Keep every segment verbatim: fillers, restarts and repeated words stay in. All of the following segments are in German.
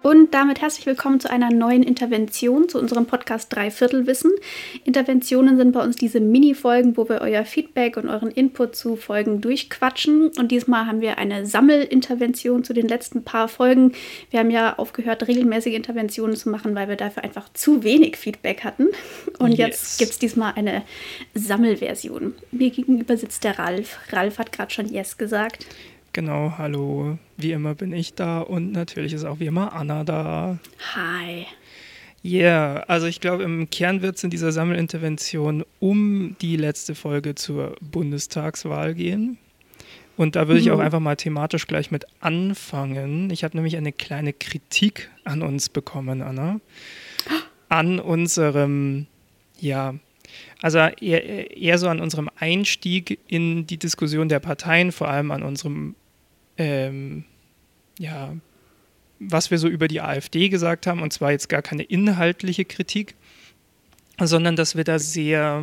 Und damit herzlich willkommen zu einer neuen Intervention zu unserem Podcast Dreiviertelwissen. Interventionen sind bei uns diese Mini-Folgen, wo wir euer Feedback und euren Input zu Folgen durchquatschen. Und diesmal haben wir eine Sammelintervention zu den letzten paar Folgen. Wir haben ja aufgehört, regelmäßige Interventionen zu machen, weil wir dafür einfach zu wenig Feedback hatten. Und yes. Jetzt gibt es diesmal eine Sammelversion. Mir gegenüber sitzt der Ralf. Ralf hat gerade schon Yes gesagt. Genau, hallo. Wie immer bin ich da und natürlich ist auch wie immer Anna da. Hi. Yeah, also ich glaube, im Kern wird es in dieser Sammelintervention um die letzte Folge zur Bundestagswahl gehen. Und da würde mhm. ich auch einfach mal thematisch gleich mit anfangen. Ich habe nämlich eine kleine Kritik an uns bekommen, Anna. An unserem, ja, also eher, eher so an unserem Einstieg in die Diskussion der Parteien, vor allem an unserem, ähm, ja, was wir so über die AfD gesagt haben, und zwar jetzt gar keine inhaltliche Kritik, sondern dass wir da sehr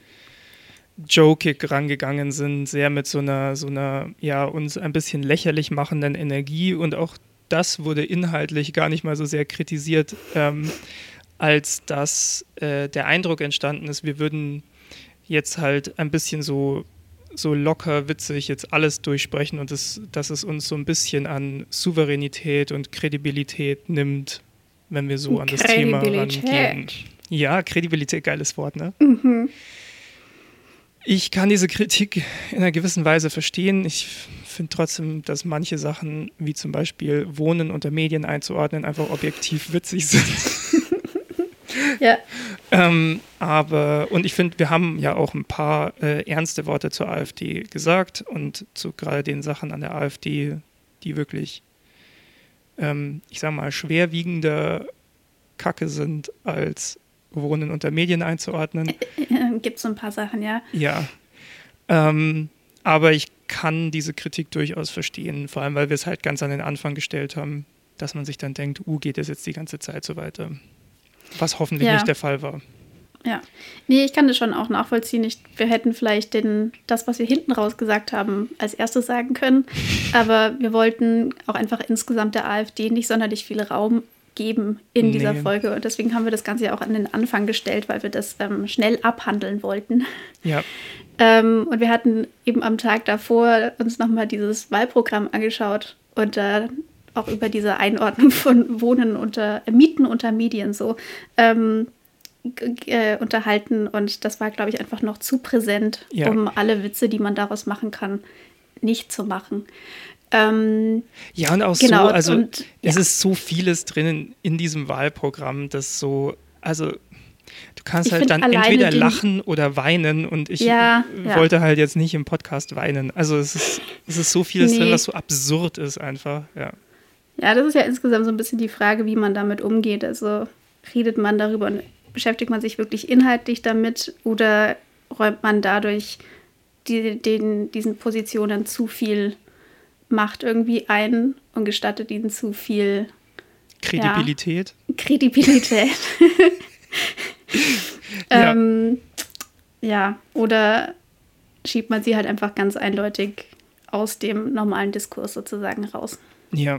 jokig rangegangen sind, sehr mit so einer, so einer, ja, uns ein bisschen lächerlich machenden Energie, und auch das wurde inhaltlich gar nicht mal so sehr kritisiert, ähm, als dass äh, der Eindruck entstanden ist, wir würden jetzt halt ein bisschen so, so locker, witzig jetzt alles durchsprechen und das, dass es uns so ein bisschen an Souveränität und Kredibilität nimmt, wenn wir so an das Thema rangehen. Ja, Kredibilität, geiles Wort, ne? Mhm. Ich kann diese Kritik in einer gewissen Weise verstehen. Ich finde trotzdem, dass manche Sachen, wie zum Beispiel Wohnen unter Medien einzuordnen, einfach objektiv witzig sind. Ja. Ähm, aber, und ich finde, wir haben ja auch ein paar äh, ernste Worte zur AfD gesagt und zu gerade den Sachen an der AfD, die wirklich, ähm, ich sag mal, schwerwiegender Kacke sind, als Wohnen unter Medien einzuordnen. Gibt es so ein paar Sachen, ja. Ja. Ähm, aber ich kann diese Kritik durchaus verstehen, vor allem, weil wir es halt ganz an den Anfang gestellt haben, dass man sich dann denkt, uh, geht das jetzt die ganze Zeit so weiter? Was hoffentlich ja. nicht der Fall war. Ja, nee, ich kann das schon auch nachvollziehen. Ich, wir hätten vielleicht den, das, was wir hinten raus gesagt haben, als erstes sagen können. Aber wir wollten auch einfach insgesamt der AfD nicht sonderlich viel Raum geben in dieser nee. Folge. Und deswegen haben wir das Ganze ja auch an den Anfang gestellt, weil wir das ähm, schnell abhandeln wollten. Ja. ähm, und wir hatten eben am Tag davor uns nochmal dieses Wahlprogramm angeschaut und da äh, auch über diese Einordnung von Wohnen unter, äh, Mieten unter Medien so ähm, g- äh, unterhalten. Und das war, glaube ich, einfach noch zu präsent, ja. um alle Witze, die man daraus machen kann, nicht zu machen. Ähm, ja, und auch genau, so, also und, es ja. ist so vieles drin in diesem Wahlprogramm, das so, also du kannst ich halt dann entweder den, lachen oder weinen, und ich ja, wollte ja. halt jetzt nicht im Podcast weinen. Also es ist, es ist so vieles nee. drin, was so absurd ist einfach, ja. Ja, das ist ja insgesamt so ein bisschen die Frage, wie man damit umgeht. Also redet man darüber und beschäftigt man sich wirklich inhaltlich damit oder räumt man dadurch die, den, diesen Positionen zu viel Macht irgendwie ein und gestattet ihnen zu viel Kredibilität. Ja, Kredibilität. ja. ähm, ja, oder schiebt man sie halt einfach ganz eindeutig aus dem normalen Diskurs sozusagen raus. Ja.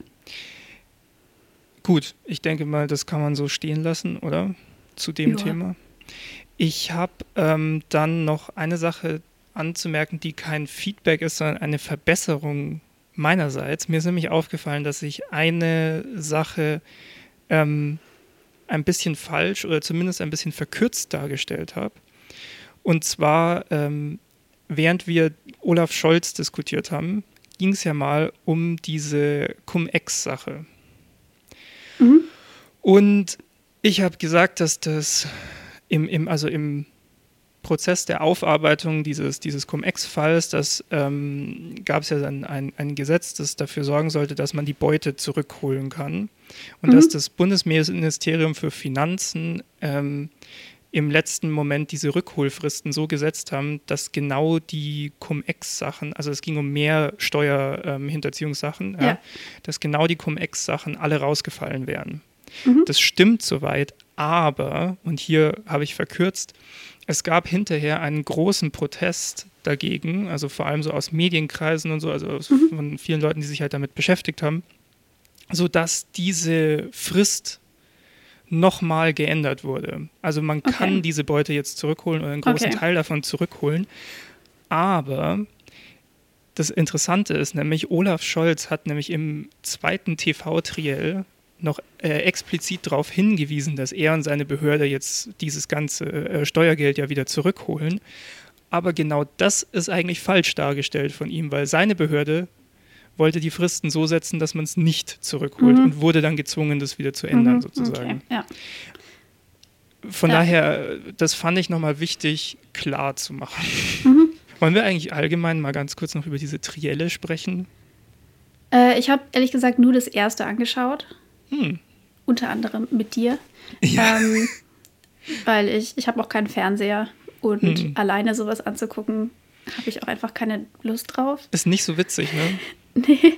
Gut, ich denke mal, das kann man so stehen lassen, oder? Zu dem ja. Thema. Ich habe ähm, dann noch eine Sache anzumerken, die kein Feedback ist, sondern eine Verbesserung meinerseits. Mir ist nämlich aufgefallen, dass ich eine Sache ähm, ein bisschen falsch oder zumindest ein bisschen verkürzt dargestellt habe. Und zwar, ähm, während wir Olaf Scholz diskutiert haben, ging es ja mal um diese Cum-Ex-Sache. Mhm. Und ich habe gesagt, dass das im, im, also im Prozess der Aufarbeitung dieses, dieses Cum-Ex-Falls, das ähm, gab es ja dann ein, ein Gesetz, das dafür sorgen sollte, dass man die Beute zurückholen kann. Und mhm. dass das Bundesministerium für Finanzen ähm, im letzten Moment diese Rückholfristen so gesetzt haben, dass genau die Cum-Ex-Sachen, also es ging um mehr Steuerhinterziehungssachen, ähm, ja, ja, dass genau die Cum-Ex-Sachen alle rausgefallen wären. Mhm. Das stimmt soweit, aber, und hier habe ich verkürzt, es gab hinterher einen großen Protest dagegen, also vor allem so aus Medienkreisen und so, also aus, mhm. von vielen Leuten, die sich halt damit beschäftigt haben, sodass diese Frist nochmal geändert wurde. Also man Okay. kann diese Beute jetzt zurückholen oder einen großen Okay. Teil davon zurückholen. Aber das Interessante ist nämlich, Olaf Scholz hat nämlich im zweiten T V-Triell noch äh, explizit darauf hingewiesen, dass er und seine Behörde jetzt dieses ganze äh, Steuergeld ja wieder zurückholen. Aber genau das ist eigentlich falsch dargestellt von ihm, weil seine Behörde wollte die Fristen so setzen, dass man es nicht zurückholt Mhm. und wurde dann gezwungen, das wieder zu ändern, Mhm. sozusagen. Okay. Ja. Von Ja. daher, das fand ich nochmal wichtig, klar zu machen. Mhm. Wollen wir eigentlich allgemein mal ganz kurz noch über diese Trielle sprechen? Äh, ich habe ehrlich gesagt nur das erste angeschaut. Hm. Unter anderem mit dir. Ja. Ähm, weil ich, ich habe auch keinen Fernseher und Mhm. alleine sowas anzugucken, habe ich auch einfach keine Lust drauf. Ist nicht so witzig, ne? Nee.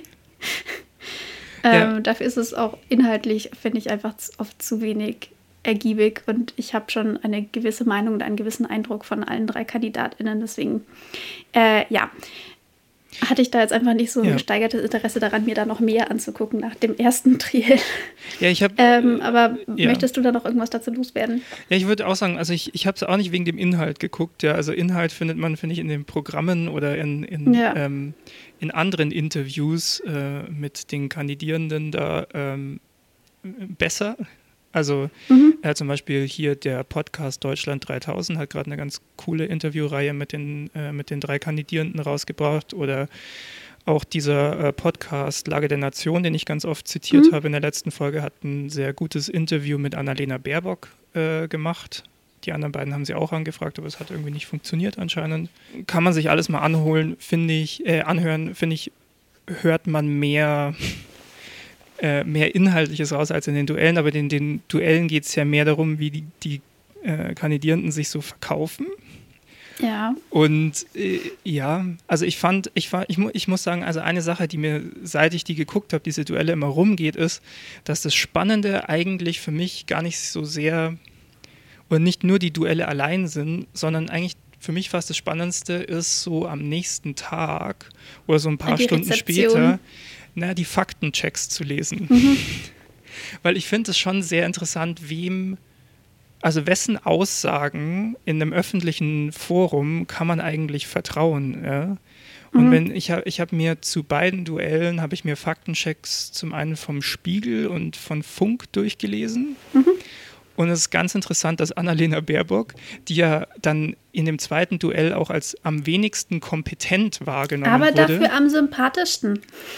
ähm, Ja. Dafür ist es auch inhaltlich, finde ich, einfach z- oft zu wenig ergiebig und ich habe schon eine gewisse Meinung und einen gewissen Eindruck von allen drei KandidatInnen. Deswegen, äh, ja, hatte ich da jetzt einfach nicht so ein Ja. gesteigertes Interesse daran, mir da noch mehr anzugucken nach dem ersten Triell. Ja, ich habe Ähm, aber ja. möchtest du da noch irgendwas dazu loswerden? Ja, ich würde auch sagen, also ich, ich habe es auch nicht wegen dem Inhalt geguckt. Ja, also Inhalt findet man, finde ich, in den Programmen oder in, in, Ja. ähm, in anderen Interviews äh, mit den Kandidierenden da ähm, besser. Also Mhm. äh, zum Beispiel hier der Podcast Deutschland dreitausend hat gerade eine ganz coole Interviewreihe mit den, äh, mit den drei Kandidierenden rausgebracht oder auch dieser äh, Podcast Lage der Nation, den ich ganz oft zitiert Mhm. habe in der letzten Folge, hat ein sehr gutes Interview mit Annalena Baerbock äh, gemacht. Die anderen beiden haben sie auch angefragt, aber es hat irgendwie nicht funktioniert anscheinend. Kann man sich alles mal anholen, finde ich, äh, anhören, finde ich, hört man mehr, äh, mehr Inhaltliches raus als in den Duellen, aber in den Duellen geht es ja mehr darum, wie die, die äh, Kandidierenden sich so verkaufen. Ja. Und äh, ja, also ich fand, ich, war, ich, mu- ich muss sagen, also eine Sache, die mir, seit ich die geguckt habe, diese Duelle immer rumgeht, ist, dass das Spannende eigentlich für mich gar nicht so sehr, oder nicht nur die Duelle allein sind, sondern eigentlich für mich fast das Spannendste ist so am nächsten Tag oder so ein paar Die Stunden Rezeption. später, na, die Faktenchecks zu lesen. Mhm. Weil ich finde es schon sehr interessant, wem, also wessen Aussagen in einem öffentlichen Forum kann man eigentlich vertrauen. Ja? Und Mhm. wenn ich habe ich hab mir zu beiden Duellen, habe ich mir Faktenchecks zum einen vom Spiegel und von Funk durchgelesen. Mhm. Und es ist ganz interessant, dass Annalena Baerbock, die ja dann in dem zweiten Duell auch als am wenigsten kompetent wahrgenommen Aber wurde. dafür am sympathischsten.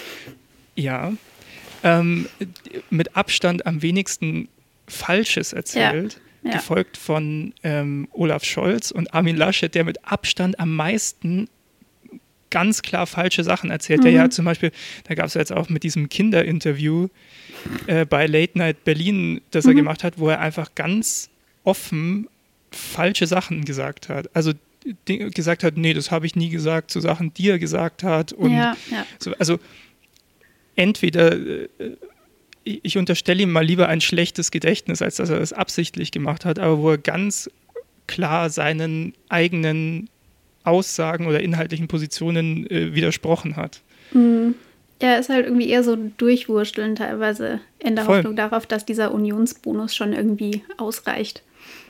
Ja, ähm, mit Abstand am wenigsten Falsches erzählt, Ja, ja. gefolgt von ähm, Olaf Scholz und Armin Laschet, der mit Abstand am meisten ganz klar falsche Sachen erzählt. Mhm. Der ja zum Beispiel, da gab es ja jetzt auch mit diesem Kinderinterview äh, bei Late Night Berlin, das er Mhm. gemacht hat, wo er einfach ganz offen falsche Sachen gesagt hat. Also die, gesagt hat, nee, das habe ich nie gesagt, zu Sachen, die er gesagt hat. Und Ja, ja. so, also entweder äh, ich unterstelle ihm mal lieber ein schlechtes Gedächtnis, als dass er das absichtlich gemacht hat, aber wo er ganz klar seinen eigenen Aussagen oder inhaltlichen Positionen äh, widersprochen hat. Mhm. Ja, ist halt irgendwie eher so durchwursteln teilweise in der Voll. Hoffnung darauf, dass dieser Unionsbonus schon irgendwie ausreicht.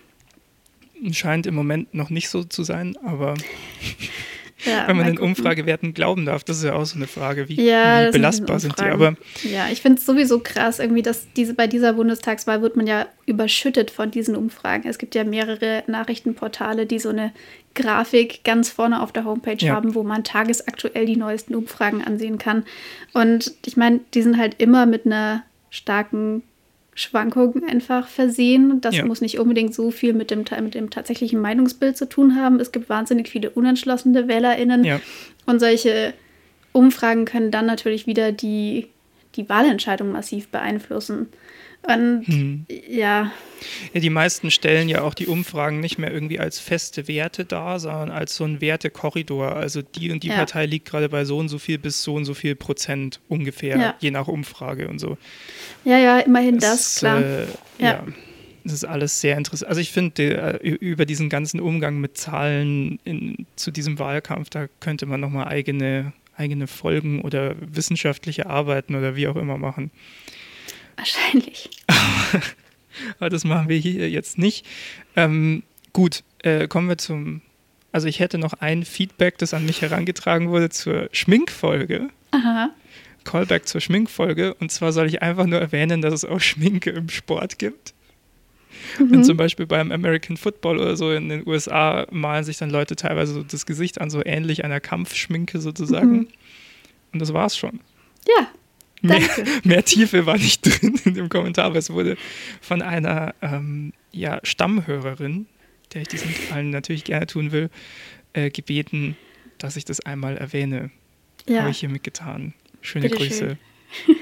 Scheint im Moment noch nicht so zu sein, aber Ja, wenn man mal den gucken. Umfragewerten glauben darf, das ist ja auch so eine Frage, wie, Ja, wie das belastbar sind sind die. Umfragen. Aber Ja, ich finde es sowieso krass, irgendwie, dass diese, bei dieser Bundestagswahl wird man ja überschüttet von diesen Umfragen. Es gibt ja mehrere Nachrichtenportale, die so eine Grafik ganz vorne auf der Homepage Ja. haben, wo man tagesaktuell die neuesten Umfragen ansehen kann. Und ich meine, die sind halt immer mit einer starken Schwankung einfach versehen. Das Ja. muss nicht unbedingt so viel mit dem, ta- mit dem tatsächlichen Meinungsbild zu tun haben. Es gibt wahnsinnig viele unentschlossene WählerInnen. ja, Und solche Umfragen können dann natürlich wieder die, die Wahlentscheidung massiv beeinflussen. Und hm. ja, ja, die meisten stellen ja auch die Umfragen nicht mehr irgendwie als feste Werte dar, sondern als so ein Wertekorridor. Also die und die Ja. Partei liegt gerade bei so und so viel bis so und so viel Prozent ungefähr, Ja. je nach Umfrage und so. ja, ja, immerhin das, Es, klar. Äh, Ja. ja. Das ist alles sehr interessant. Also ich finde, äh, über diesen ganzen Umgang mit Zahlen in, zu diesem Wahlkampf, da könnte man nochmal eigene, eigene Folgen oder wissenschaftliche Arbeiten oder wie auch immer machen. Wahrscheinlich. Aber das machen wir hier jetzt nicht. Ähm, gut, äh, kommen wir zum, also ich hätte noch ein Feedback, das an mich herangetragen wurde zur Schminkfolge. Aha. Callback zur Schminkfolge. Und zwar soll ich einfach nur erwähnen, dass es auch Schminke im Sport gibt. Mhm. Und zum Beispiel beim American Football oder so in den U S A malen sich dann Leute teilweise so das Gesicht an, so ähnlich einer Kampfschminke sozusagen. Mhm. Und das war's schon. Ja, danke. Mehr, mehr Tiefe war nicht drin in dem Kommentar, aber es wurde von einer ähm, ja, Stammhörerin, der ich diesen Gefallen natürlich gerne tun will, äh, gebeten, dass ich das einmal erwähne. Ja. Habe ich hiermit getan. Schöne Bitte Grüße. Schön.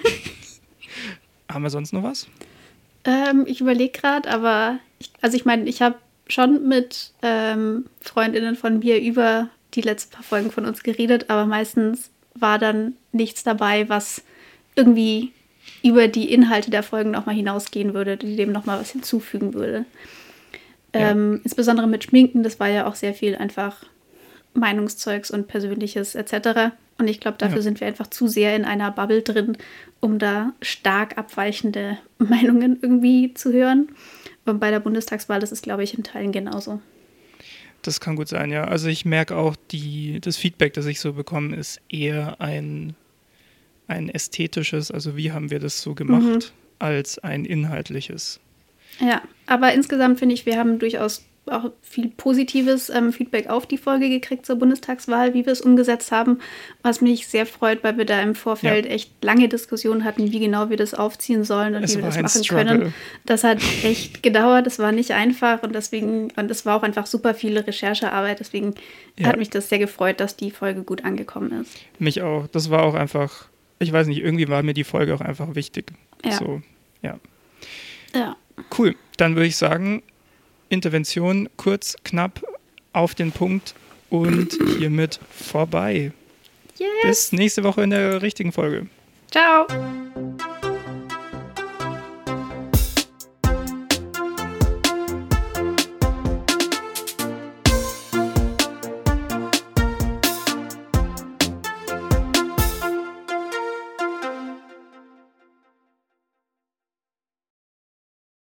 Haben wir sonst noch was? Ähm, ich überlege gerade, aber ich, also ich meine, ich habe schon mit ähm, Freundinnen von mir über die letzten paar Folgen von uns geredet, aber meistens war dann nichts dabei, was irgendwie über die Inhalte der Folgen nochmal hinausgehen würde, die dem nochmal was hinzufügen würde. Ja. Ähm, insbesondere mit Schminken, das war ja auch sehr viel einfach Meinungszeugs und Persönliches et cetera. Und ich glaube, dafür ja. sind wir einfach zu sehr in einer Bubble drin, um da stark abweichende Meinungen irgendwie zu hören. Und bei der Bundestagswahl, das ist, glaube ich, in Teilen genauso. Das kann gut sein, ja. Also ich merke auch, die, das Feedback, das ich so bekomme, ist eher ein, ein ästhetisches, also wie haben wir das so gemacht, mhm. als ein inhaltliches. Ja, aber insgesamt finde ich, wir haben durchaus auch viel positives ähm, Feedback auf die Folge gekriegt zur Bundestagswahl, wie wir es umgesetzt haben, was mich sehr freut, weil wir da im Vorfeld ja. echt lange Diskussionen hatten, wie genau wir das aufziehen sollen und es wie wir das machen Struggle. können. Das hat echt gedauert, das war nicht einfach und deswegen, und es war auch einfach super viel Recherchearbeit, deswegen ja. hat mich das sehr gefreut, dass die Folge gut angekommen ist. Mich auch, das war auch einfach, ich weiß nicht, irgendwie war mir die Folge auch einfach wichtig. Ja. So, ja. Ja. Cool, dann würde ich sagen, Intervention kurz, knapp, auf den Punkt und hiermit vorbei. Yes. Bis nächste Woche in der richtigen Folge. Ciao.